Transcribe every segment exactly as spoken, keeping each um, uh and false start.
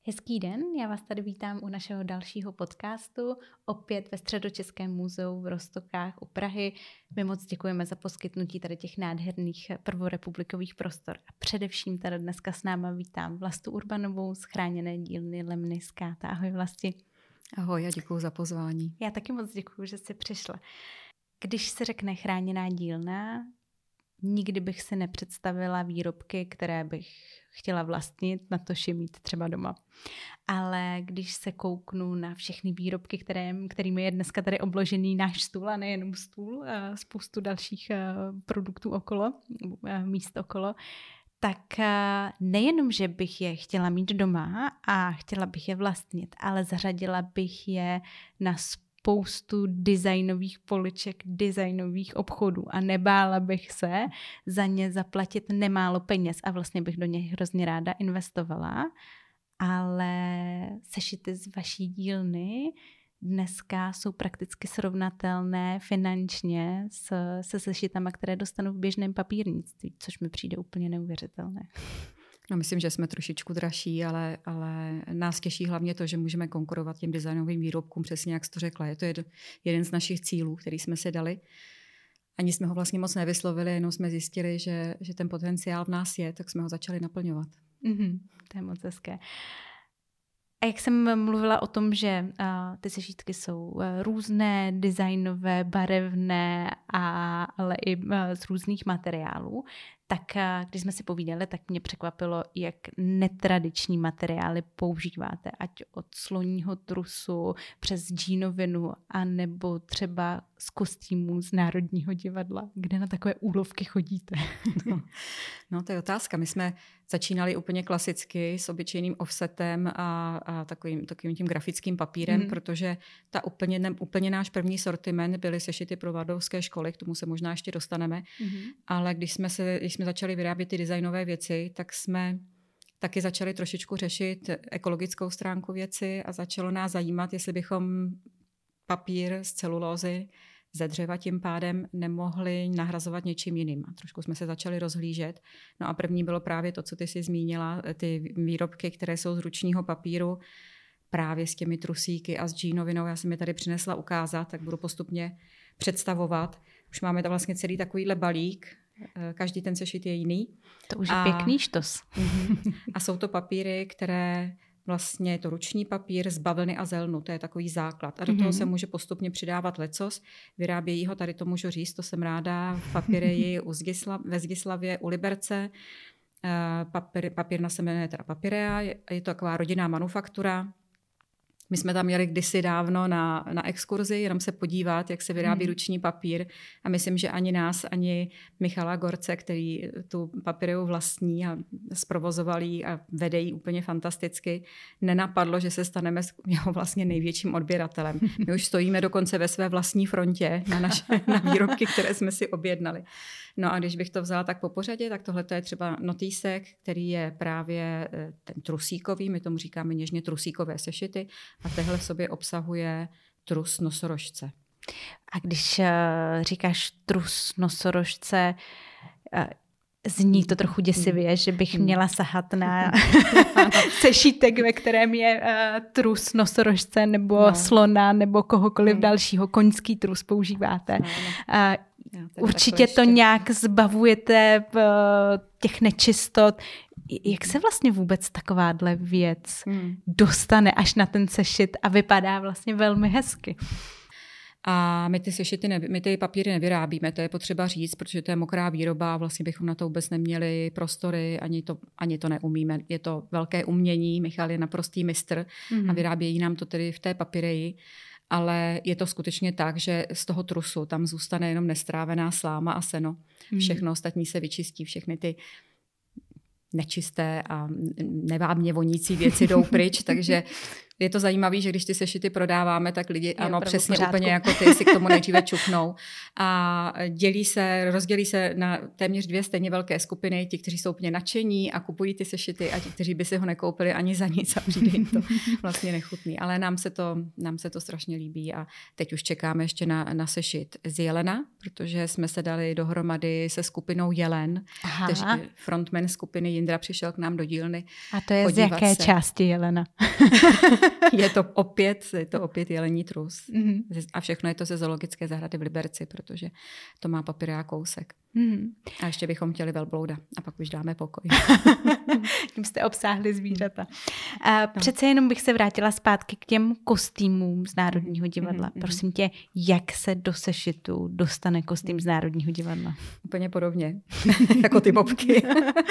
Hezký den, já vás tady vítám u našeho dalšího podcastu, opět ve Středočeském muzeu v Roztokách u Prahy. My moc děkujeme za poskytnutí tady těch nádherných prvorepublikových prostor. A především tady dneska s náma vítám Vlastu Urbanovou z chráněné dílny Lemny Skáta. Ahoj Vlasti. Ahoj, já děkuju za pozvání. Já taky moc děkuju, že jsi přišla. Když se řekne chráněná dílna, nikdy bych si nepředstavila výrobky, které bych chtěla vlastnit, na to mít třeba doma. Ale když se kouknu na všechny výrobky, které, kterými je dneska tady obložený náš stůl, a nejenom stůl, a spoustu dalších produktů okolo, míst okolo, tak nejenom, že bych je chtěla mít doma a chtěla bych je vlastnit, ale zařadila bych je na spoustu designových poliček, designových obchodů a nebála bych se za ně zaplatit nemálo peněz a vlastně bych do něj hrozně ráda investovala, ale sešity z vaší dílny dneska jsou prakticky srovnatelné finančně s, se sešitama, které dostanu v běžném papírnictví, což mi přijde úplně neuvěřitelné. No, myslím, že jsme trošičku dražší, ale, ale nás těší hlavně to, že můžeme konkurovat těm designovým výrobkům, přesně jak jsi to řekla. Je to jeden z našich cílů, který jsme si dali. Ani jsme ho vlastně moc nevyslovili, jenom jsme zjistili, že, že ten potenciál v nás je, tak jsme ho začali naplňovat. Mm-hmm, to je moc hezké. A jak jsem mluvila o tom, že uh, ty sešítky jsou uh, různé, designové, barevné, a, ale i uh, z různých materiálů, tak uh, když jsme si povídali, tak mě překvapilo, jak netradiční materiály používáte, ať od sloního trusu přes džínovinu, anebo třeba z kostýmů z Národního divadla. Kde na takové úlovky chodíte? No, no to je otázka. My jsme začínali úplně klasicky s obyčejným offsetem a, a takovým, takovým tím grafickým papírem, mm. protože ta úplně, ne, úplně náš první sortiment byly sešity pro valdorfské školy, k tomu se možná ještě dostaneme, mm. ale když jsme, se, když jsme začali vyrábět ty designové věci, tak jsme taky začali trošičku řešit ekologickou stránku věci a začalo nás zajímat, jestli bychom papír z celulózy, ze dřeva tím pádem nemohli nahrazovat něčím jiným. A trošku jsme se začali rozhlížet. No a první bylo právě to, co ty jsi zmínila, ty výrobky, které jsou z ručního papíru, právě s těmi trusíky a s džínovinou. Já jsem je tady přinesla ukázat, tak budu postupně představovat. Už máme tam vlastně celý takovýhle balík. Každý ten sešit je jiný. To už je a, pěkný štos. A jsou to papíry, které vlastně je to ruční papír z bavlny a zelnu, to je takový základ. A do toho se může postupně přidávat lecos. Vyrábějí ho, tady to můžu říct, to jsem ráda, v papíreji u Zgislav, ve Zgislavě u Liberce. Papír, papírna se jmenuje teda Papirea, je to taková rodinná manufaktura. My jsme tam měli kdysi dávno na, na exkurzi, jenom se podívat, jak se vyrábí hmm. ruční papír. A myslím, že ani nás, ani Michala Gorce, který tu papíreu vlastní a zprovozoval ji a vede ji úplně fantasticky, nenapadlo, že se staneme jeho vlastně největším odběratelem. My už stojíme dokonce ve své vlastní frontě na, naše, na výrobky, které jsme si objednali. No a když bych to vzala tak po pořadě, tak tohle je třeba notýsek, který je právě ten trusíkový, my tomu říkáme něžně trusíkové sešity, a tehle v sobě obsahuje trus nosorožce. A když uh, říkáš trus nosorožce, uh, zní to trochu děsivě, že bych měla sahat na sešítek, ve kterém je uh, trus nosorožce nebo no. slona nebo kohokoliv hmm. dalšího. Koňský trus používáte. No, no. Uh, určitě to nějak zbavujete uh, těch nečistot. Jak se vlastně vůbec takováhle věc hmm. dostane až na ten sešit a vypadá vlastně velmi hezky? A my ty sešity, ne, my ty papíry nevyrábíme, to je potřeba říct, protože to je mokrá výroba, vlastně bychom na to vůbec neměli prostory, ani to, ani to neumíme. Je to velké umění, Michal je naprostý mistr hmm. a vyrábějí nám to tedy v té papíreji. Ale je to skutečně tak, že z toho trusu tam zůstane jenom nestrávená sláma a seno. Všechno ostatní se vyčistí, všechny ty nečisté a nevábně vonící věci jdou pryč, takže je to zajímavé, že když ty sešity prodáváme, tak lidi, je ano, přesně pořádku. úplně jako ty si k tomu nejdříve čuknou. A dělí se, rozdělí se na téměř dvě stejně velké skupiny, ti, kteří jsou úplně nadšení a kupují ty sešity a ti, kteří by si ho nekoupili ani za nic a přijde jim to vlastně nechutný. Ale nám se to, nám se to strašně líbí a teď už čekáme ještě na, na sešit z jelena, protože jsme se dali dohromady se skupinou Jelen. Kteří, frontman skupiny Jindra přišel k nám do dílny. A to je z jaké se. části jelena? je to opět, je to opět jelení trus. Mm-hmm. A všechno je to ze zoologické zahrady v Liberci, protože to má papíra kousek. Mm-hmm. A ještě bychom chtěli velblouda a pak už dáme pokoj. Tím jste obsáhli zvířata. A přece jenom bych se vrátila zpátky k těm kostýmům z Národního divadla. Mm-hmm. Prosím tě, jak se do sešitu dostane kostým z Národního divadla? Úplně podobně, jako ty bobky.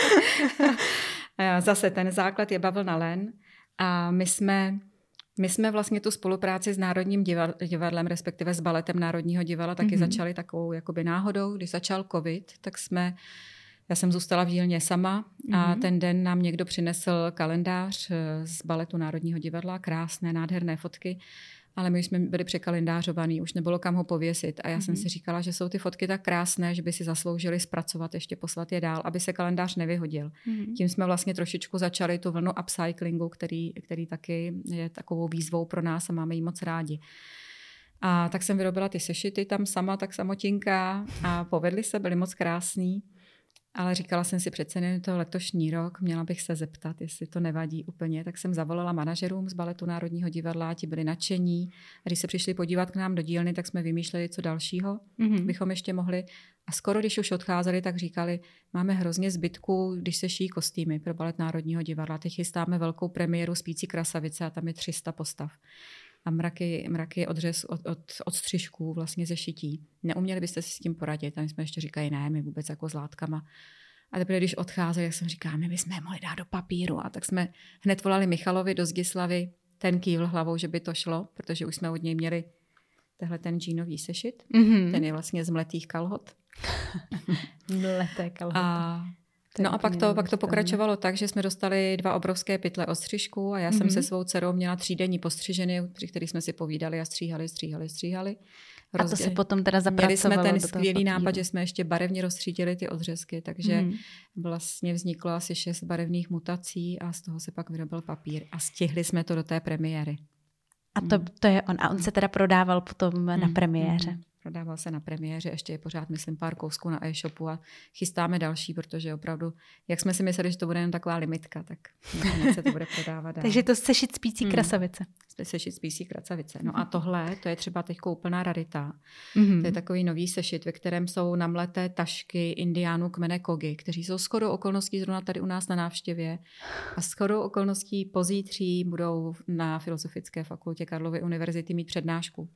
Zase ten základ je bavlna len a my jsme... My jsme vlastně tu spolupráci s Národním divadlem, respektive s baletem Národního divadla, taky mm-hmm. začali takovou jakoby náhodou. Když začal covid, tak jsme, já jsem zůstala v dílně sama a mm-hmm. ten den nám někdo přinesl kalendář z baletu Národního divadla, krásné, nádherné fotky, ale my jsme byli překalendářovaní, už nebylo kam ho pověsit. A já mm-hmm. jsem si říkala, že jsou ty fotky tak krásné, že by si zasloužili zpracovat, ještě poslat je dál, aby se kalendář nevyhodil. Mm-hmm. Tím jsme vlastně trošičku začali tu vlnu upcyclingu, který, který taky je takovou výzvou pro nás a máme ji moc rádi. A tak jsem vyrobila ty sešity tam sama, tak samotinka a povedly se, byly moc krásný. Ale říkala jsem si přece jen to letošní rok, měla bych se zeptat, jestli to nevadí úplně, tak jsem zavolala manažerům z baletu Národního divadla, ti byli nadšení. A když se přišli podívat k nám do dílny, tak jsme vymýšleli, co dalšího mm-hmm. bychom ještě mohli. A skoro, když už odcházeli, tak říkali, máme hrozně zbytku, když se šijí kostýmy pro balet Národního divadla. Teď chystáme velkou premiéru Spící krasavice a tam je tři sta postav. A mraky, mraky odřez od, od, od střižků vlastně ze šití. Neuměli byste si s tím poradit? A my jsme ještě říkali, ne, my vůbec jako s látkama. A teprve, když odcházeli, jak jsem říkala, my bychom je mohli dát do papíru. A tak jsme hned volali Michalovi do Zgislavy, ten kývl hlavou, že by to šlo, protože už jsme od něj měli tehle ten džínový sešit. Mm-hmm. Ten je vlastně z mletých kalhot. Mleté kalhoty. A No a pak to, pak to pokračovalo tak, že jsme dostali dva obrovské pytle ostřižků a já mm-hmm. jsem se svou dcerou měla třídenní postřiženy, při kterých jsme si povídali a stříhali, stříhali, stříhali. A to se potom teda zapracovalo. Měli jsme ten skvělý nápad, že jsme ještě barevně rozstřídili ty odřezky, takže mm-hmm. vlastně vzniklo asi šest barevných mutací a z toho se pak vyrobil papír a stihli jsme to do té premiéry. A to, to je on. A on se teda prodával potom mm-hmm. na premiéře. Mm-hmm. Prodával se na premiéře, ještě je pořád, myslím, pár kousků na e-shopu a chystáme další, protože opravdu, jak jsme si mysleli, že to bude jen taková limitka, tak se to bude prodávat dál. Takže to sešit Spící hmm. krasavice. Sešit Spící krasavice. No a tohle, to je třeba teď úplná rarita. Mm-hmm. To je takový nový sešit, ve kterém jsou namleté tašky indiánů kmene Kogi, kteří jsou shodou okolností zrovna tady u nás na návštěvě a shodou okolností pozítří budou na Filozofické fakultě Karlovy univerzity mít přednášku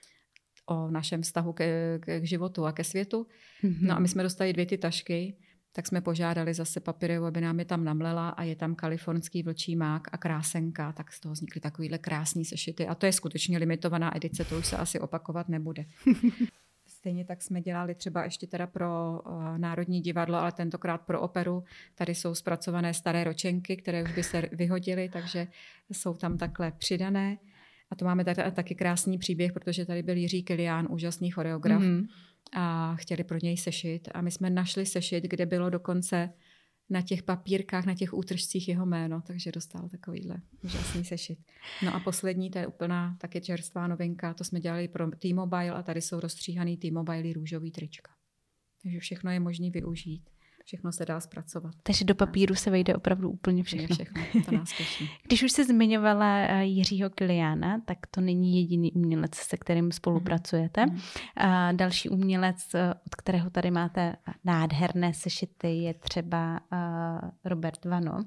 o našem vztahu ke, ke, k životu a ke světu. Mm-hmm. No a my jsme dostali dvě ty tašky, tak jsme požádali zase papíru, aby nám je tam namlela a je tam kalifornský vlčí mák a krásenka, tak z toho vznikly takovýhle krásný sešity. A to je skutečně limitovaná edice, to už se asi opakovat nebude. Stejně tak jsme dělali třeba ještě teda pro uh, Národní divadlo, ale tentokrát pro operu. Tady jsou zpracované staré ročenky, které už by se vyhodily, takže jsou tam takhle přidané. A to máme tady taky krásný příběh, protože tady byl Jiří Kilián, úžasný choreograf mm-hmm. a chtěli pro něj sešit. A my jsme našli sešit, kde bylo dokonce na těch papírkách, na těch útržcích jeho jméno, takže dostal takovýhle úžasný sešit. No a poslední, to je úplná taky čerstvá novinka, to jsme dělali pro T-Mobile a tady jsou rozstříhaný T-Mobile růžový trička. Takže všechno je možné využít. Všechno se dá zpracovat. Takže do papíru se vejde opravdu úplně všechno. všechno. To nás těší. Když už se zmiňovala Jiřího Kiliána, tak to není jediný umělec, se kterým spolupracujete. Mm. A další umělec, od kterého tady máte nádherné sešity, je třeba Robert Vano,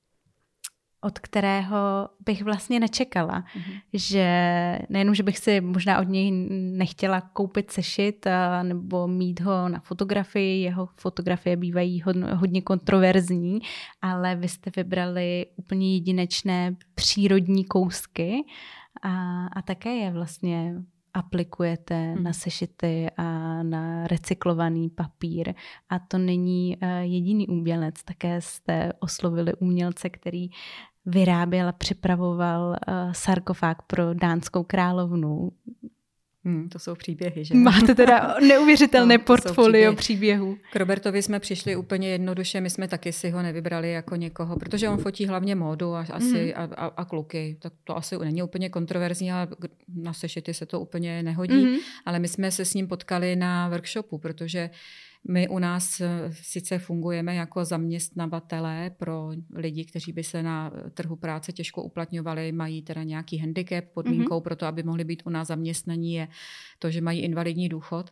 od kterého bych vlastně nečekala, mm-hmm. že nejenom, že bych si možná od něj nechtěla koupit sešit a, nebo mít ho na fotografii, jeho fotografie bývají hodno, hodně kontroverzní, ale vy jste vybrali úplně jedinečné přírodní kousky a, a také je vlastně aplikujete mm. na sešity a na recyklovaný papír. A to není uh, jediný umělec, také jste oslovili umělce, který vyráběl a připravoval uh, sarkofág pro dánskou královnu. Hmm, to jsou příběhy, že? Máte teda neuvěřitelné no, portfolio příběhů. K Robertovi jsme přišli úplně jednoduše, my jsme taky si ho nevybrali jako někoho, protože on fotí hlavně módu a, asi, mm-hmm. a, a, a kluky. Tak to asi není úplně kontroverzní, ale na sešity se to úplně nehodí. Mm-hmm. Ale my jsme se s ním potkali na workshopu, protože my u nás sice fungujeme jako zaměstnavatelé pro lidi, kteří by se na trhu práce těžko uplatňovali, mají teda nějaký handicap, podmínkou mm-hmm. pro to, aby mohli být u nás zaměstnaní, je to, že mají invalidní důchod.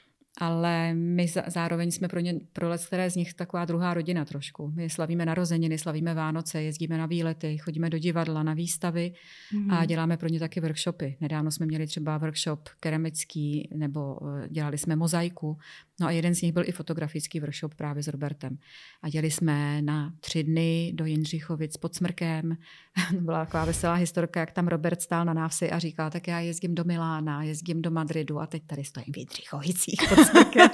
Ale my zároveň jsme pro ně, pro některé z nich taková druhá rodina trošku. My slavíme narozeniny, slavíme Vánoce, jezdíme na výlety, chodíme do divadla, na výstavy mm-hmm. a děláme pro ně taky workshopy. Nedávno jsme měli třeba workshop keramický, nebo dělali jsme mozaiku. No a jeden z nich byl i fotografický workshop právě s Robertem. A jeli jsme na tři dny do Jindřichovic pod Smrkem. Byla taková veselá historka, jak tam Robert stál na návsi a říkal, tak já jezdím do Milána, jezdím do Madridu a teď tady stojím v Jindřichovicích pod Smrkem.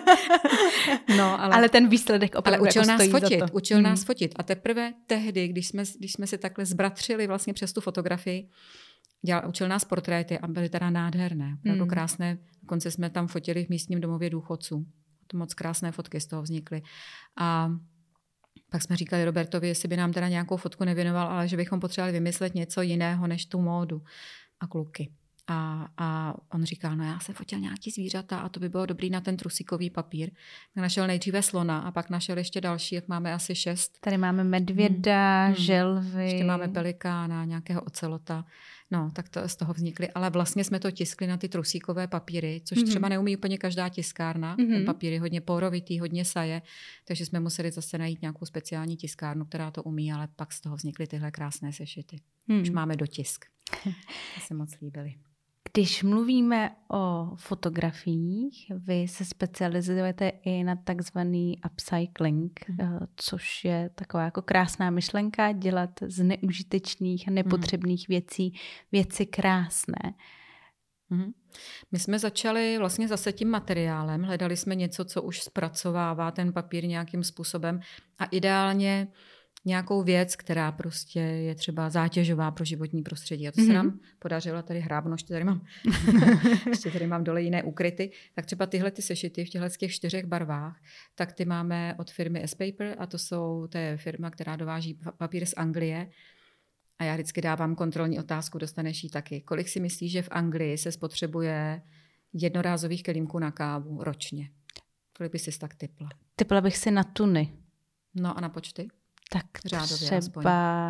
No, ale, ale ten výsledek opravdu ale učil jako nás stojí fotit, za to. učil hmm. nás fotit. A teprve tehdy, když jsme, když jsme si takhle zbratřili vlastně přes tu fotografii, dělal, učil nás portréty a byly teda nádherné, opravdu hmm. krásné. Dokonce jsme tam fotili v místním domově důchodců. To moc krásné fotky z toho vznikly. A pak jsme říkali Robertovi, jestli by nám teda nějakou fotku nevěnoval, ale že bychom potřebovali vymyslet něco jiného než tu módu a kluky. A, a on říkal, no já jsem fotil nějaký zvířata a to by bylo dobrý na ten trusíkový papír. Tak našel nejdříve slona a pak našel ještě další, jak máme asi šest. Tady máme medvěda, hmm. želvy. Ještě máme pelikána, nějakého ocelota. No, tak to z toho vznikly. Ale vlastně jsme to tiskli na ty trusíkové papíry, což mm-hmm. třeba neumí úplně každá tiskárna. Mm-hmm. Ten papír je hodně porovitý, hodně saje, takže jsme museli zase najít nějakou speciální tiskárnu, která to umí, ale pak z toho vznikly tyhle krásné sešity. Mm. Už máme dotisk. To se moc líbily. Když mluvíme o fotografiích, vy se specializujete i na takzvaný upcycling, mm. což je taková jako krásná myšlenka, dělat z neužitečných a nepotřebných mm. věcí věci krásné. Mm. My jsme začali vlastně zase tím materiálem, hledali jsme něco, co už zpracovává ten papír nějakým způsobem a ideálně nějakou věc, která prostě je třeba zátěžová pro životní prostředí. A to mm-hmm. se nám podařilo, tady hrábno, ještě tady mám, ještě tady mám dole jiné ukryty. Tak třeba tyhle ty sešity v těchto těch čtyřech barvách, tak ty máme od firmy S-Paper a to jsou, to je firma, která dováží papír z Anglie. A já vždycky dávám kontrolní otázku, dostaneš ji taky. Kolik si myslíš, že v Anglii se spotřebuje jednorázových kelímků na kávu ročně? Kolik by si tak tipla? Tipla bych si na tuny. No a na počty? Tak řádově třeba aspoň.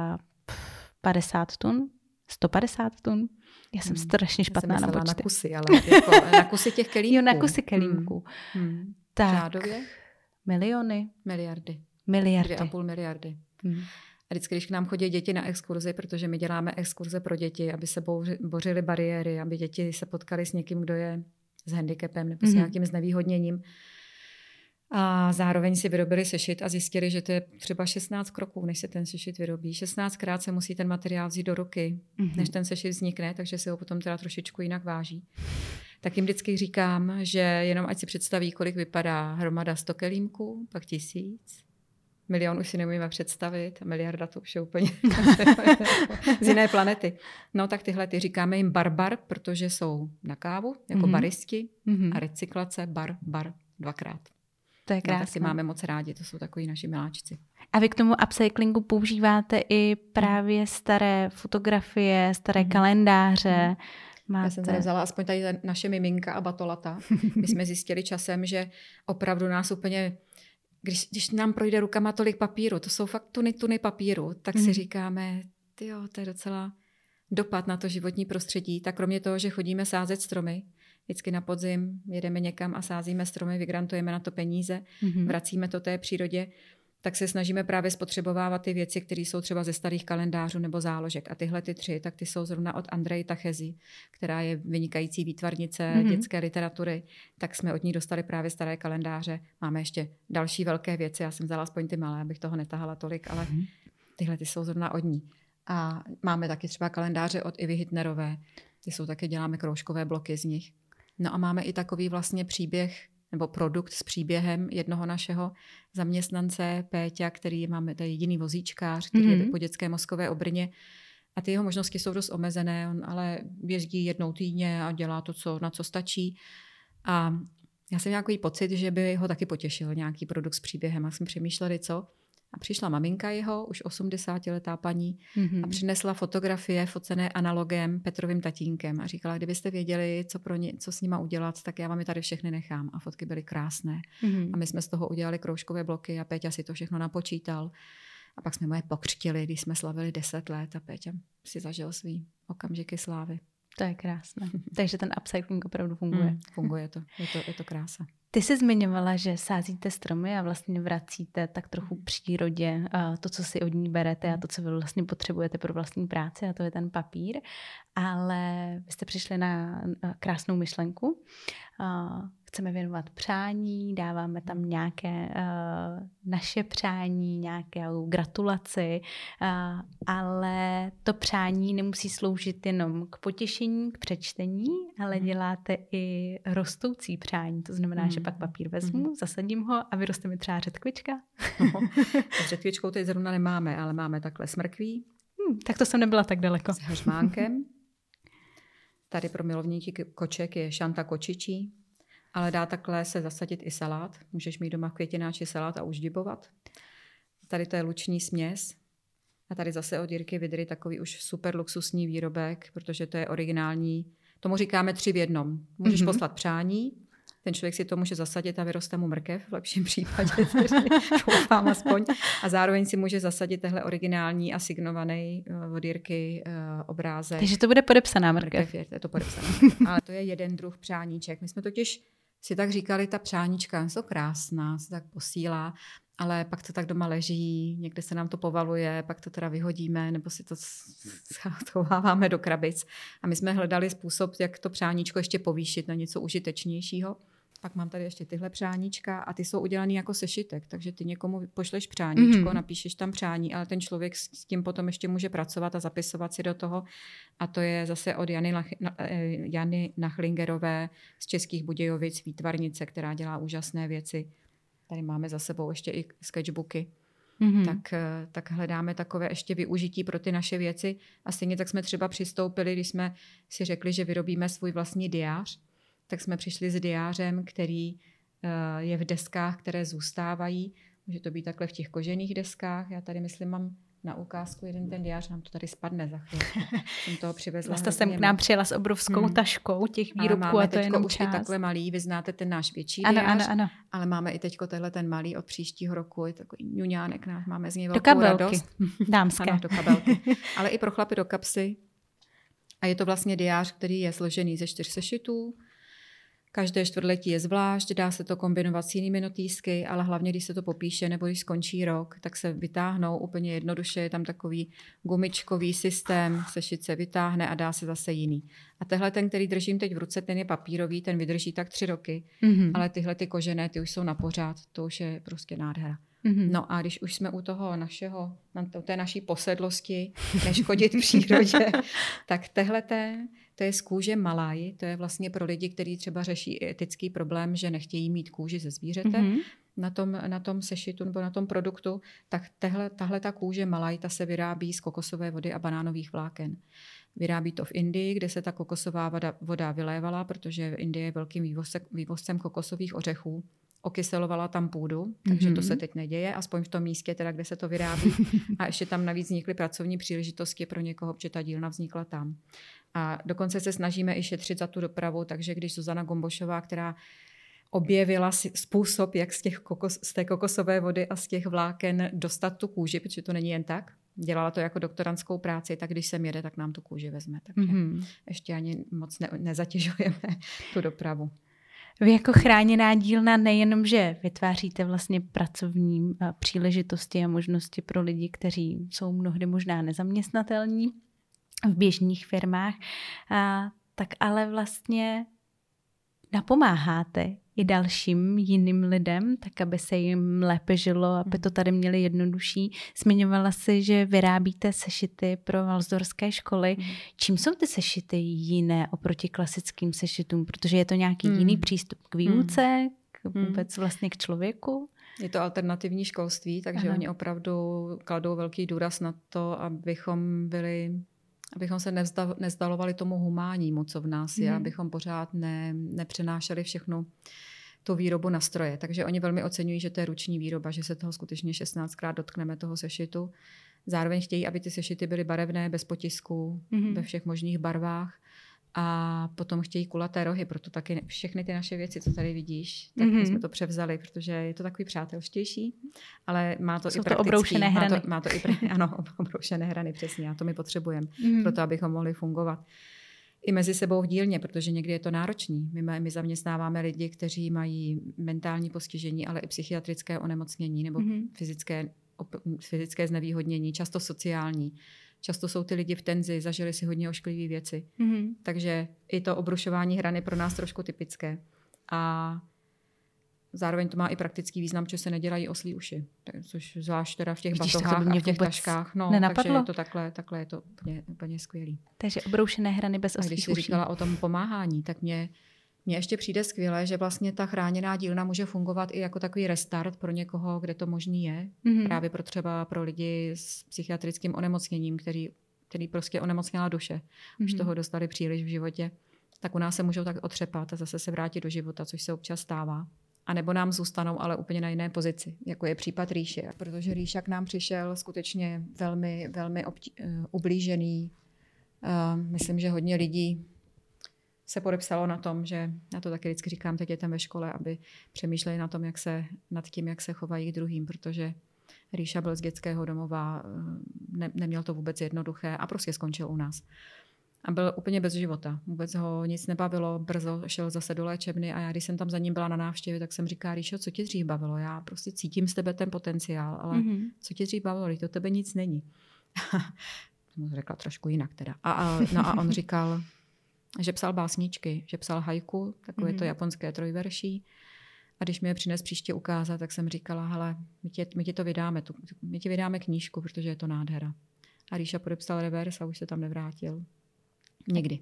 padesát tun, sto padesát tun. Já jsem hmm. strašně špatná na počty. na kusy, ale jako na kusy těch kelímků. Jo, na kusy kelímků. Hmm. Hmm. Tak, řádově? Miliony. Miliardy. Miliardy. Dvě a půl miliardy. Hmm. A vždycky, když k nám chodí děti na exkurzi, protože my děláme exkurze pro děti, aby se bořily bariéry, aby děti se potkaly s někým, kdo je s handicapem nebo s nějakým znevýhodněním. A zároveň si vyrobili sešit a zjistili, že to je třeba šestnáct kroků, než se ten sešit vyrobí. šestnáctkrát se musí ten materiál vzít do ruky, mm-hmm. než ten sešit vznikne, takže si ho potom teda trošičku jinak váží. Tak jim vždycky říkám, že jenom ať si představí, kolik vypadá hromada sto kelímků, pak tisíc. Milion už si neumíme představit a miliarda to už je úplně z jiné planety. No tak tyhle ty říkáme jim barbar, protože jsou na kávu, jako mm-hmm. baristi mm-hmm. a recyklace bar, bar dvakrát. To je krásné. No, tak ty máme moc rádi, to jsou takový naši miláčci. A vy k tomu upcyclingu používáte i právě staré fotografie, staré mm. kalendáře. Máte... Já jsem tady vzala aspoň tady naše miminka a batolata. My jsme zjistili časem, že opravdu nás úplně, když, když nám projde rukama tolik papíru, to jsou fakt tuny, tuny papíru, tak mm. si říkáme, tyjo, to je docela dopad na to životní prostředí. Tak kromě toho, že chodíme sázet stromy, vždycky na podzim jedeme někam a sázíme stromy, vygrantujeme na to peníze, mm-hmm. vracíme to té přírodě, tak se snažíme právě spotřebovávat ty věci, které jsou třeba ze starých kalendářů nebo záložek. A tyhle ty tři, tak ty jsou zrovna od Andreji Tachezi, která je vynikající výtvarnice mm-hmm. dětské literatury, tak jsme od ní dostali právě staré kalendáře. Máme ještě další velké věci, já jsem vzala aspoň ty malé, abych toho netahala tolik, ale mm-hmm. tyhle ty jsou zrovna od ní. A máme taky třeba kalendáře od Ivy Hitnerové, ty jsou taky, děláme kroužkové bloky z nich. No a máme i takový vlastně příběh nebo produkt s příběhem jednoho našeho zaměstnance Péťa, který máme, to je jediný vozíčkář, který mm-hmm. je po dětské mozkové obrně. A ty jeho možnosti jsou dost omezené, on ale jezdí jednou týdně a dělá to, co, na co stačí. A já jsem nějaký pocit, že by ho taky potěšil nějaký produkt s příběhem. A jsme přemýšleli, co? A přišla maminka jeho, už osmdesátiletá paní, mm-hmm. a přinesla fotografie focené analogem Petrovým tatínkem. A říkala, kdybyste věděli, co, pro ně, co s nima udělat, tak já vám je tady všechny nechám. A fotky byly krásné. Mm-hmm. A my jsme z toho udělali kroužkové bloky a Péťa si to všechno napočítal. A pak jsme mu je pokřtili, když jsme slavili deset let a Péťa si zažil svý okamžiky slávy. To je krásné. Takže ten upcycling opravdu funguje. Mm, funguje to. Je to, je to krása. Ty jsi zmiňovala, že sázíte stromy a vlastně vracíte tak trochu přírodě to, co si od ní berete a to, co vy vlastně potřebujete pro vlastní práci, a to je ten papír. Ale vy jste přišli na krásnou myšlenku. Chceme věnovat přání, dáváme tam nějaké uh, naše přání, nějakou gratulaci, uh, ale to přání nemusí sloužit jenom k potěšení, k přečtení, ale děláte i rostoucí přání. To znamená, mm. že pak papír vezmu, mm. zasadím ho a vyroste mi třeba řetkvička. No, s řetkvičkou teď zrovna nemáme, ale máme takhle smrkví. Hmm, tak to jsem nebyla tak daleko. S hřmánkem. Tady pro milovníky koček je šanta kočičí. Ale dá takhle se zasadit i salát. Můžeš mít doma květináči salát a uždibovat. Tady to je luční směs. A tady zase od Jirky Vidry takový už super luxusní výrobek, protože to je originální. Tomu říkáme tři v jednom. Můžeš mm-hmm. poslat přání, ten člověk si to může zasadit a vyroste mu mrkev, v lepším případě, doufám aspoň. A zároveň si může zasadit tehle originální a signovaný od Jirky uh, obrázek. Takže to bude podepsaná mrkev. mrkev je, je to podepsaná. Ale to je jeden druh přáníček. My jsme totiž si tak říkali, ta přáníčka, jsou krásná, se tak posílá, ale pak to tak doma leží, někde se nám to povaluje, pak to teda vyhodíme, nebo si to schováváme do krabic. A my jsme hledali způsob, jak to přáníčko ještě povýšit na něco užitečnějšího. Pak mám tady ještě tyhle přáníčka a ty jsou udělaný jako sešitek, takže ty někomu pošleš přáníčko, mm. napíšeš tam přání, ale ten člověk s tím potom ještě může pracovat a zapisovat si do toho. A to je zase od Jany, Lach, Jany Nachlingerové z Českých Budějovic, výtvarnice, která dělá úžasné věci. Tady máme za sebou ještě i sketchbooky. Mm-hmm. Tak, tak hledáme takové ještě využití pro ty naše věci. A stejně tak jsme třeba přistoupili, když jsme si řekli, že vyrobíme svůj vlastní diář, tak jsme přišli s diářem, který uh, je v deskách, které zůstávají. Může to být takhle v těch kožených deskách. Já tady myslím, mám na ukázku jeden ten diář, nám to tady spadne za chvíli. Jsem toho přivezla. Vlastně jsem k nám přijela s obrovskou hmm. taškou těch výrobků a to je jenom už část. i takhle malý, vy znáte ten náš větší ano, diář, ano, ano. ale máme i teďko tenhle ten malý od příštího roku, je takový ňuňánek, máme z něj velkou velkou radost. Dámské. Ano, do kabelky. Ale i pro chlapy do kapsy. A je to vlastně diář, který je složený ze čtyř sešitů. Každé čtvrtletí je zvlášť, dá se to kombinovat s jinými notýsky, ale hlavně, když se to popíše nebo když skončí rok, tak se vytáhnou úplně jednoduše. Je tam takový gumičkový systém, sešit se vytáhne a dá se zase jiný. A tehle ten, který držím teď v ruce, ten je papírový, ten vydrží tak tři roky, mm-hmm. ale tyhle ty kožené, ty už jsou na pořád, to už je prostě nádhera. Mm-hmm. No a když už jsme u toho našeho, u té naší posedlosti, neškodit přírodě, tak tehleté, to je z kůže malaj, to je vlastně pro lidi, kteří třeba řeší etický problém, že nechtějí mít kůži ze zvířete, mm-hmm. na tom, na tom sešitu nebo na tom produktu, tak tehle, tahle ta kůže malaj, ta se vyrábí z kokosové vody a banánových vláken. Vyrábí to v Indii, kde se ta kokosová voda, voda vylévala, protože Indie je velkým vývozcem, vývozcem kokosových ořechů. Okyselovala tam půdu, takže mm-hmm. to se teď neděje, aspoň v tom místě, teda, kde se to vyrábí. A ještě tam navíc vznikly pracovní příležitosti pro někoho, protože ta dílna vznikla tam. A dokonce se snažíme i šetřit za tu dopravu, takže když Zuzana Gombošová, která objevila způsob, jak z, těch kokos, z té kokosové vody a z těch vláken dostat tu kůži, protože to není jen tak, dělala to jako doktorantskou práci, tak když sem jede, tak nám tu kůži vezme. Takže mm-hmm. ještě ani moc ne, nezatěžujeme tu dopravu. Vy jako chráněná dílna nejenom, že vytváříte vlastně pracovní příležitosti a možnosti pro lidi, kteří jsou mnohdy možná nezaměstnatelní v běžných firmách, a, tak ale vlastně napomáháte i dalším jiným lidem, tak aby se jim lépe žilo, aby to tady měli jednodušší. Zmiňovala si, že vyrábíte sešity pro Walsdorské školy. Mm. Čím jsou ty sešity jiné oproti klasickým sešitům? Protože je to nějaký mm. jiný přístup k výuce, k vůbec hmm. vlastně k člověku? Je to alternativní školství, takže Aha. oni opravdu kladou velký důraz na to, abychom byli, abychom se nevzda, nezdalovali tomu humánnímu, co v nás je, hmm. abychom pořád ne, nepřenášeli všechno tu výrobu na stroje. Takže oni velmi oceňují, že to je ruční výroba, že se toho skutečně šestnáctkrát dotkneme toho sešitu. Zároveň chtějí, aby ty sešity byly barevné, bez potisků, mm-hmm. ve všech možných barvách. A potom chtějí kulaté rohy, proto taky všechny ty naše věci, co tady vidíš, tak mm-hmm. jsme to převzali, protože je to takový přátelštější, ale má to Jsou i to obroušené hrany. Má to, má to i, ano, obroušené hrany, přesně, a to my potřebujeme, mm-hmm. proto abychom mohli fungovat. I mezi sebou v dílně, protože někdy je to náročný. My, my zaměstnáváme lidi, kteří mají mentální postižení, ale i psychiatrické onemocnění nebo mm-hmm. fyzické, op, fyzické znevýhodnění, často sociální. Často jsou ty lidi v tenzi, zažili si hodně ošklivé věci. Mm-hmm. Takže i to obrušování hran je pro nás trošku typické. A zároveň to má i praktický význam, že se nedělají oslí uši. Což zvlášť teda v těch Vidíš, batohách a v těch taškách. No, nenapadlo. Takže je to takhle, takhle je to úplně, úplně skvělý. Takže obroušené hrany bez oslích uší. A když jsi říkala o tom pomáhání, tak mě, mě ještě přijde skvěle, že vlastně ta chráněná dílna může fungovat i jako takový restart pro někoho, kde to možný je. Mm-hmm. Právě pro třeba pro lidi s psychiatrickým onemocněním, který, který prostě onemocněla duše. Mm-hmm. Už toho dostali příliš v životě. Tak u nás se můžou tak otřepat a zase se vrátit do života, což se občas stává. A nebo nám zůstanou, ale úplně na jiné pozici, jako je případ Ríše. Protože Ríša k nám přišel skutečně velmi, velmi obtí, uh, ublížený. Uh, myslím, že hodně lidí se podepsalo na tom, že já to taky vždycky říkám teď dětem ve škole, aby přemýšleli na tom, jak se, nad tím, jak se chovají k druhým, protože Ríša byl z dětského domova, ne, neměl to vůbec jednoduché a prostě skončil u nás. A byl úplně bez života. Vůbec ho nic nebavilo, brzo šel zase do léčebny a já, když jsem tam za ním byla na návštěvě, tak jsem říká, Ríšo, co tě dřív bavilo? Já prostě cítím z tebe ten potenciál, ale mm-hmm. co tě dřív bavilo? To tebe nic není. Jsem mu řekla trošku jinak teda. A, a, no a on říkal, že psal básničky, že psal haiku, takové mm-hmm. to japonské trojverší. A když mi je přines příště ukázat, tak jsem říkala, hele, my ti, my ti to vydáme, tu, my ti vydáme knížku, protože je to nádhera. A Ríša podepsal revers a už se tam nevrátil. Nikdy.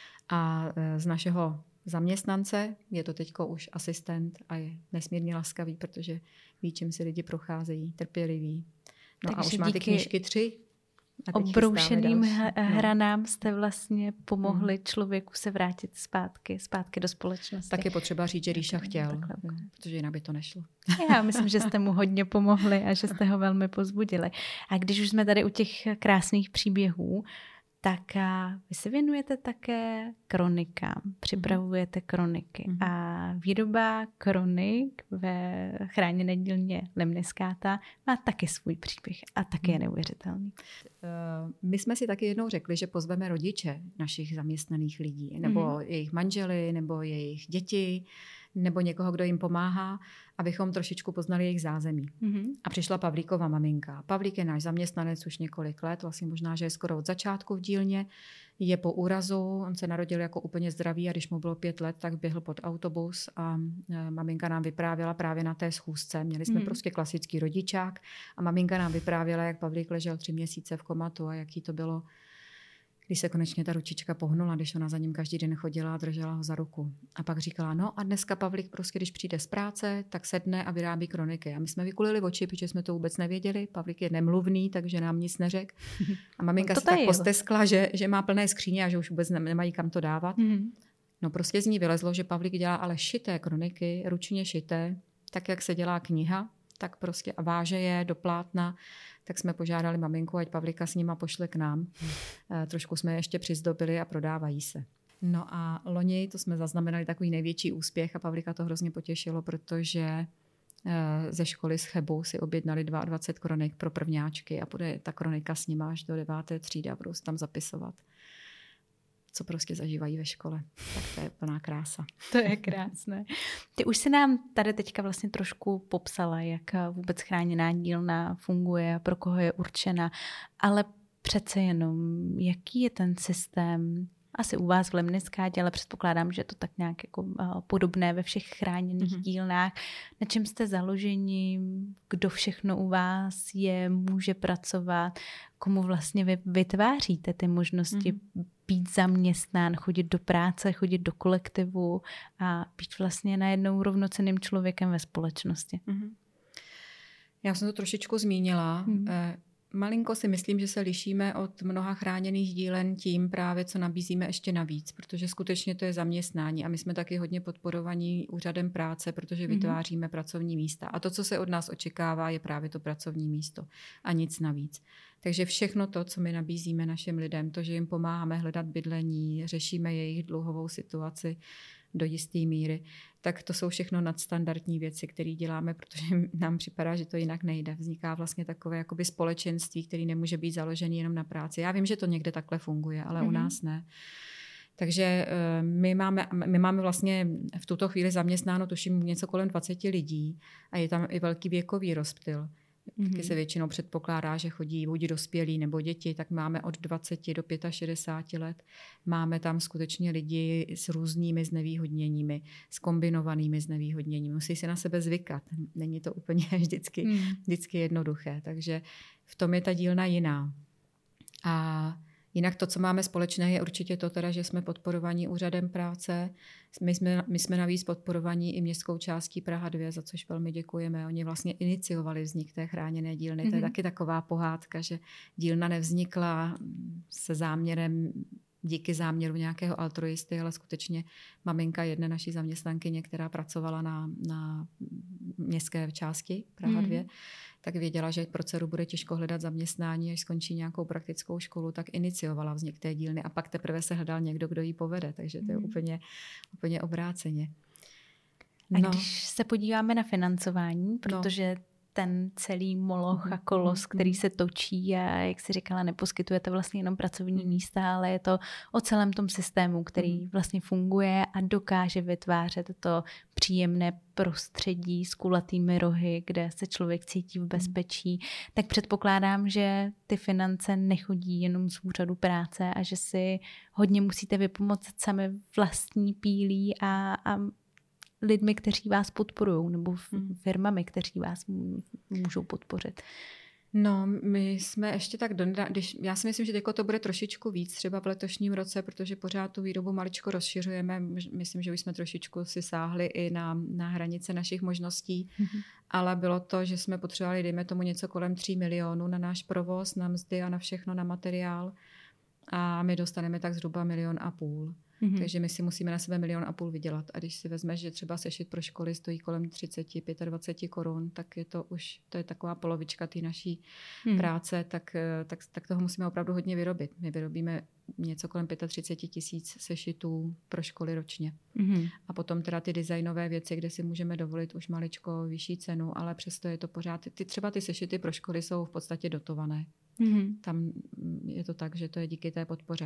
A z našeho zaměstnance je to teďko už asistent a je nesmírně laskavý, protože ví, čím si lidi procházejí, trpělivý. No takže a už má ty knížky tři. Obroušeným hranám jste vlastně pomohli hmm. člověku se vrátit zpátky, zpátky do společnosti. Tak je potřeba říct, že Ríša chtěl, takhle, protože jinak by to nešlo. Já myslím, že jste mu hodně pomohli a že jste ho velmi povzbudili. A když už jsme tady u těch krásných příběhů, tak a vy se věnujete také kronikám, připravujete kroniky. Mm-hmm. A výroba kronik ve chráněné dílně Lemniskáta má taky svůj příběh a taky je neuvěřitelný. My jsme si taky jednou řekli, že pozveme rodiče našich zaměstnaných lidí, nebo mm-hmm. jejich manžely, nebo jejich děti, nebo někoho, kdo jim pomáhá, abychom trošičku poznali jejich zázemí. Mm-hmm. A přišla Pavlíkova maminka. Pavlík je náš zaměstnanec už několik let, vlastně možná, že je skoro od začátku v dílně. Je po úrazu, on se narodil jako úplně zdravý a když mu bylo pět let, tak běhl pod autobus a maminka nám vyprávěla právě na té schůzce. Měli jsme mm-hmm. prostě klasický rodičák a maminka nám vyprávěla, jak Pavlík ležel tři měsíce v komatu a jaký to bylo, když se konečně ta ručička pohnula, když ona za ním každý den chodila a držela ho za ruku. A pak říkala, no a dneska Pavlík prostě, když přijde z práce, tak sedne a vyrábí kroniky. A my jsme vykulili oči, protože jsme to vůbec nevěděli. Pavlík je nemluvný, takže nám nic neřekl. A maminka se tak posteskla, že, že má plné skříně a že už vůbec nemají kam to dávat. Mm-hmm. No prostě z ní vylezlo, že Pavlík dělá ale šité kroniky, ručně šité, tak jak se dělá kniha, tak prostě a váže je do plátna. Tak jsme požádali maminku, ať Pavlíka s nima pošle k nám. E, trošku jsme je ještě přizdobili a prodávají se. No a loni to jsme zaznamenali takový největší úspěch a Pavlíka to hrozně potěšilo, protože e, ze školy z Chebu si objednali dvacet dva kronik pro prvňáčky a bude ta kronika s nima až do deváté třídy a budou se tam zapisovat, co prostě zažívají ve škole. Tak to je plná krása. To je krásné. Ty už si nám tady teďka vlastně trošku popsala, jak vůbec chráněná dílna funguje, pro koho je určena, ale přece jenom, jaký je ten systém, asi u vás v Lemniskátě, ale předpokládám, že je to tak nějak jako podobné ve všech chráněných mm-hmm. dílnách. Na čem jste založeni, kdo všechno u vás je, může pracovat, komu vlastně vy vytváříte ty možnosti mm-hmm. být zaměstnán, chodit do práce, chodit do kolektivu a být vlastně najednou rovnocenným člověkem ve společnosti. Mm-hmm. Já jsem to trošičku zmínila. Mm. Malinko si myslím, že se lišíme od mnoha chráněných dílen tím právě, co nabízíme ještě navíc, protože skutečně to je zaměstnání a my jsme taky hodně podporovaní úřadem práce, protože vytváříme mm. pracovní místa. A to, co se od nás očekává, je právě to pracovní místo a nic navíc. Takže všechno to, co my nabízíme našim lidem, to, že jim pomáháme hledat bydlení, řešíme jejich dluhovou situaci do jisté míry, tak to jsou všechno nadstandardní věci, které děláme, protože nám připadá, že to jinak nejde. Vzniká vlastně takové jakoby společenství, které nemůže být založené jenom na práci. Já vím, že to někde takhle funguje, ale mm-hmm. u nás ne. Takže my máme, my máme vlastně v tuto chvíli zaměstnáno, tuším, něco kolem dvacet lidí a je tam i velký věkový rozptyl. Mm-hmm. Taky se většinou předpokládá, že chodí buď dospělí nebo děti, tak máme od dvaceti do šedesáti pěti let. Máme tam skutečně lidi s různými znevýhodněními, s kombinovanými znevýhodněními. Musí si na sebe zvykat. Není to úplně vždycky, mm. vždycky jednoduché. Takže v tom je ta dílna jiná. A jinak to, co máme společné, je určitě to, teda, že jsme podporovaní úřadem práce. My jsme, my jsme navíc podporovaní i městskou částí Praha dva, za což velmi děkujeme. Oni vlastně iniciovali vznik té chráněné dílny. Mm-hmm. To je taky taková pohádka, že dílna nevznikla se záměrem, díky záměru nějakého altruisty, ale skutečně maminka jedné naší zaměstnankyně, která pracovala na, na městské části Praha dva, mm. tak věděla, že pro dceru bude těžko hledat zaměstnání, až skončí nějakou praktickou školu, tak iniciovala vznik té dílny a pak teprve se hledal někdo, kdo ji povede. Takže to je mm. úplně, úplně obráceně. No. A když se podíváme na financování, protože no. ten celý moloch a kolos, který se točí a jak jsi říkala, neposkytujete vlastně jenom pracovní místa, ale je to o celém tom systému, který vlastně funguje a dokáže vytvářet to příjemné prostředí s kulatými rohy, kde se člověk cítí v bezpečí, tak předpokládám, že ty finance nechodí jenom z úřadu práce a že si hodně musíte vypomoct sami vlastní pílí a, a lidmi, kteří vás podporují, nebo firmami, kteří vás můžou podpořit. No, my jsme ještě tak donedá, když já si myslím, že teď to bude trošičku víc, třeba v letošním roce, protože pořád tu výrobu maličko rozšiřujeme. Myslím, že už jsme trošičku si sáhli i na, na hranice našich možností, mm-hmm. ale bylo to, že jsme potřebovali, dejme tomu něco kolem tří milionů na náš provoz, na mzdy a na všechno, na materiál. A my dostaneme tak zhruba milion a půl. Mm-hmm. Takže my si musíme na sebe milion a půl vydělat. A když si vezmeš, že třeba sešit pro školy stojí kolem třicet, dvacet pět korun, tak je to už, to je taková polovička té naší mm. práce, tak, tak, tak toho musíme opravdu hodně vyrobit. My vyrobíme něco kolem třicet pět tisíc sešitů pro školy ročně. Mm-hmm. A potom teda ty designové věci, kde si můžeme dovolit už maličko vyšší cenu, ale přesto je to pořád, ty, třeba ty sešity pro školy jsou v podstatě dotované. Mm-hmm. Tam je to tak, že to je díky té podpoře.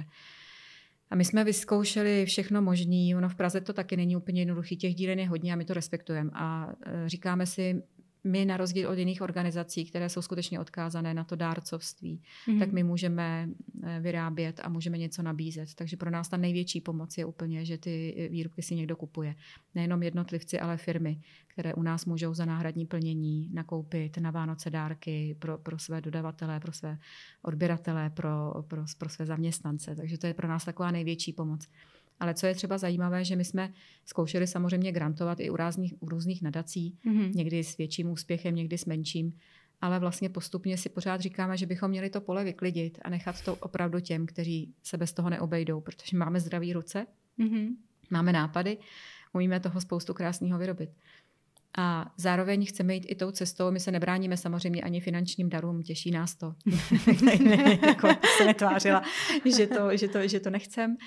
A my jsme vyzkoušeli všechno možné. Ono v Praze to taky není úplně jednoduchý. Těch dílen je hodně a my to respektujeme. A říkáme si, my na rozdíl od jiných organizací, které jsou skutečně odkázané na to dárcovství, mm-hmm. tak my můžeme vyrábět a můžeme něco nabízet. Takže pro nás ta největší pomoc je úplně, že ty výrobky si někdo kupuje. Nejenom jednotlivci, ale firmy, které u nás můžou za náhradní plnění nakoupit na Vánoce dárky pro, pro své dodavatele, pro své odběratele, pro, pro, pro své zaměstnance. Takže to je pro nás taková největší pomoc. Ale co je třeba zajímavé, že my jsme zkoušeli samozřejmě grantovat i u různých, u různých nadací, mm-hmm. někdy s větším úspěchem, někdy s menším, ale vlastně postupně si pořád říkáme, že bychom měli to pole vyklidit a nechat to opravdu těm, kteří se bez toho neobejdou, protože máme zdravé ruce, mm-hmm. máme nápady, umíme toho spoustu krásného vyrobit. A zároveň chceme jít i tou cestou, my se nebráníme samozřejmě ani finančním darům, těší nás to. Jako se netvářila, že to, že to, že to nechcem,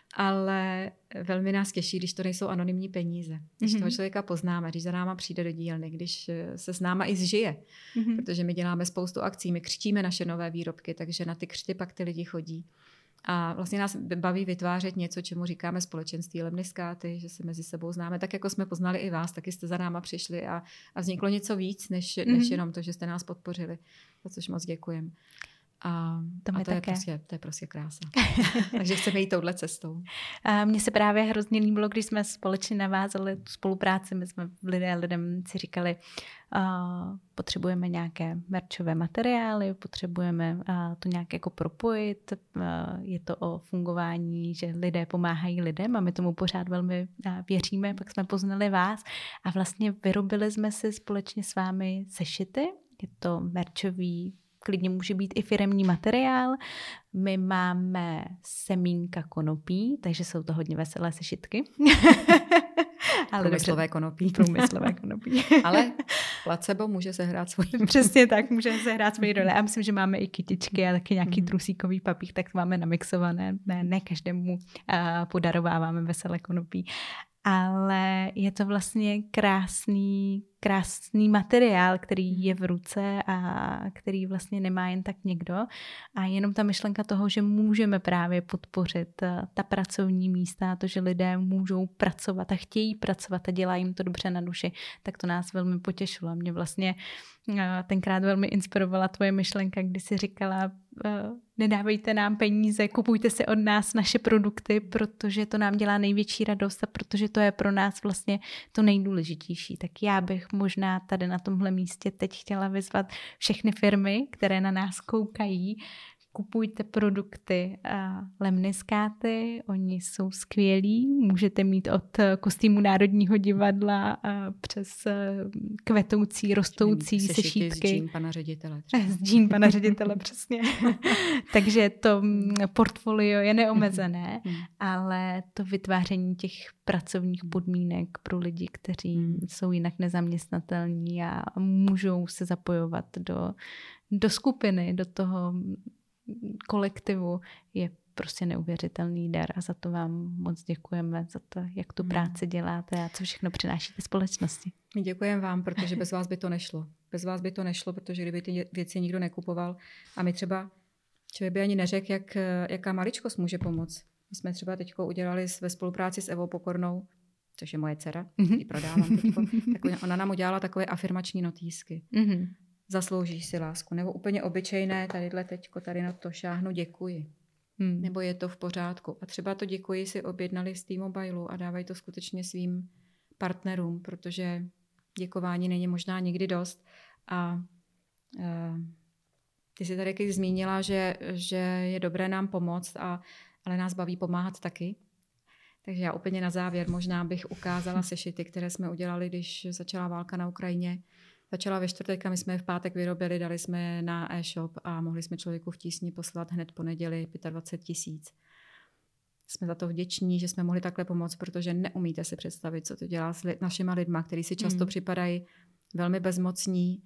ale velmi nás těší, když to nejsou anonymní peníze. Když mm-hmm. toho člověka poznáme, když za náma přijde do dílny, když se s náma i zžije, mm-hmm. protože my děláme spoustu akcí, my křtíme naše nové výrobky, takže na ty křty pak ty lidi chodí. A vlastně nás baví vytvářet něco, čemu říkáme společenství lemniskáty, že se mezi sebou známe. Tak jako jsme poznali i vás, taky jste za náma přišli a, a vzniklo něco víc, než, mm-hmm. než jenom to, že jste nás podpořili. Za což moc děkujeme. A to, a to, je, prostě, to je prostě krása. Takže chceme jít touhle cestou. A mně se právě hrozně líbilo, když jsme společně navázali tu spolupráci. My jsme lidé lidem si říkali, uh, potřebujeme nějaké merčové materiály, potřebujeme uh, to nějak jako propojit. Uh, je to o fungování, že lidé pomáhají lidem a my tomu pořád velmi uh, věříme. Pak jsme poznali vás a vlastně vyrobili jsme si společně s vámi sešity. Je to merčový, klidně může být i firemní materiál. My máme semínka konopí, takže jsou to hodně veselé sešitky. Ale průmyslové konopí. Průmyslové konopí. Ale placebo může se hrát svoji Přesně tak, může se hrát svoji roli. A myslím, že máme i kytičky a taky nějaký mm. trusíkový papír, tak máme namixované. Ne, ne každému uh, podarováváme veselé konopí. Ale je to vlastně krásný, krásný materiál, který je v ruce a který vlastně nemá jen tak někdo. A jenom ta myšlenka toho, že můžeme právě podpořit ta pracovní místa, to, že lidé můžou pracovat a chtějí pracovat a dělá jim to dobře na duši, tak to nás velmi potěšilo. Mě vlastně tenkrát velmi inspirovala tvoje myšlenka, kdy jsi říkala, nedávejte nám peníze, kupujte si od nás naše produkty, protože to nám dělá největší radost a protože to je pro nás vlastně to nejdůležitější. Tak já bych možná tady na tomhle místě teď chtěla vyzvat všechny firmy, které na nás koukají, kupujte produkty Lemniskáty, oni jsou skvělí, můžete mít od kostýmu Národního divadla přes kvetoucí, rostoucí sešity sešítky. Z džín pana ředitele. Z džín pana ředitele, přesně. Takže to portfolio je neomezené, hmm. ale to vytváření těch pracovních podmínek pro lidi, kteří hmm. jsou jinak nezaměstnatelní a můžou se zapojovat do, do skupiny, do toho kolektivu, je prostě neuvěřitelný dar a za to vám moc děkujeme, za to, jak tu práci děláte a co všechno přinášíte společnosti. My děkujeme vám, protože bez vás by to nešlo. Bez vás by to nešlo, protože kdyby ty věci nikdo nekupoval a my třeba, člověk by ani neřekl, jak, jaká maličkost může pomoct. My jsme třeba teď udělali ve spolupráci s Evou Pokornou, což je moje dcera, ji prodávám teďko, tak ona nám udělala takové afirmační notýsky. Mm-hmm. Zasloužíš si lásku. Nebo úplně obyčejné, tadyhle teďko, tady na to šáhnu, děkuji. Hmm. Nebo je to v pořádku. A třeba to děkuji si objednali z T-Mobileu a dávají to skutečně svým partnerům, protože děkování není možná nikdy dost. A uh, ty jsi tady když zmínila, že, že je dobré nám pomoct, a, ale nás baví pomáhat taky. Takže já úplně na závěr možná bych ukázala sešity, které jsme udělali, když začala válka na Ukrajině. Začala ve čtvrtek a my jsme je v pátek vyrobili, dali jsme na e-shop a mohli jsme člověku v tísni poslat hned po neděli dvacet pět tisíc. Jsme za to vděční, že jsme mohli takhle pomoct, protože neumíte si představit, co to dělá s li- našima lidma, kteří si často mm. připadají velmi bezmocní,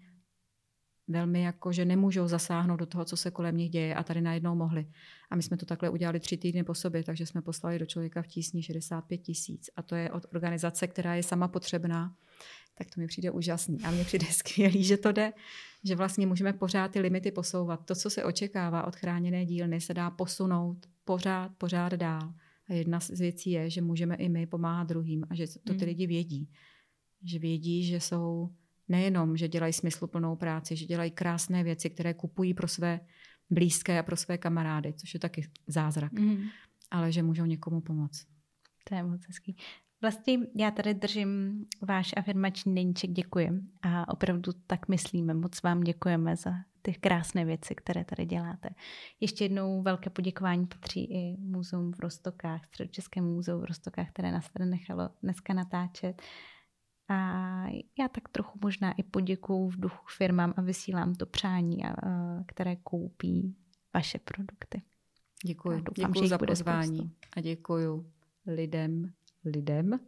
velmi jako, že nemůžou zasáhnout do toho, co se kolem nich děje a tady najednou mohli. A my jsme to takhle udělali tři týdny po sobě, takže jsme poslali do člověka v tísni šedesát pět tisíc a to je od organizace, která je sama potřebná. Tak to mi přijde úžasný. A mně přijde skvělý, že to jde, že vlastně můžeme pořád ty limity posouvat. To, co se očekává od chráněné dílny, se dá posunout pořád, pořád dál. A jedna z věcí je, že můžeme i my pomáhat druhým a že to ty lidi vědí. Že vědí, že jsou nejenom, že dělají smysluplnou práci, že dělají krásné věci, které kupují pro své blízké a pro své kamarády, což je taky zázrak. Mm. Ale že můžou někomu pomoct. To je moc hezký. Vlastně já tady držím váš afirmační deníček, děkuji. A opravdu tak myslíme. Moc vám děkujeme za ty krásné věci, které tady děláte. Ještě jednou velké poděkování patří i Muzeum v Roztokách, Středočeskému muzeu v Roztokách, které nás tady nechalo dneska natáčet. A já tak trochu možná i poděkuju v duchu firmám a vysílám to přání, které koupí vaše produkty. Děkuji. Děkuji za pozvání spoustu. A děkuju lidem, lidem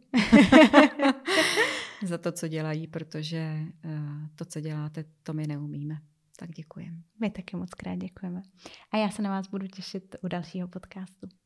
za to, co dělají, protože to, co děláte, to my neumíme. Tak děkujeme. My taky moc krát děkujeme. A já se na vás budu těšit u dalšího podcastu.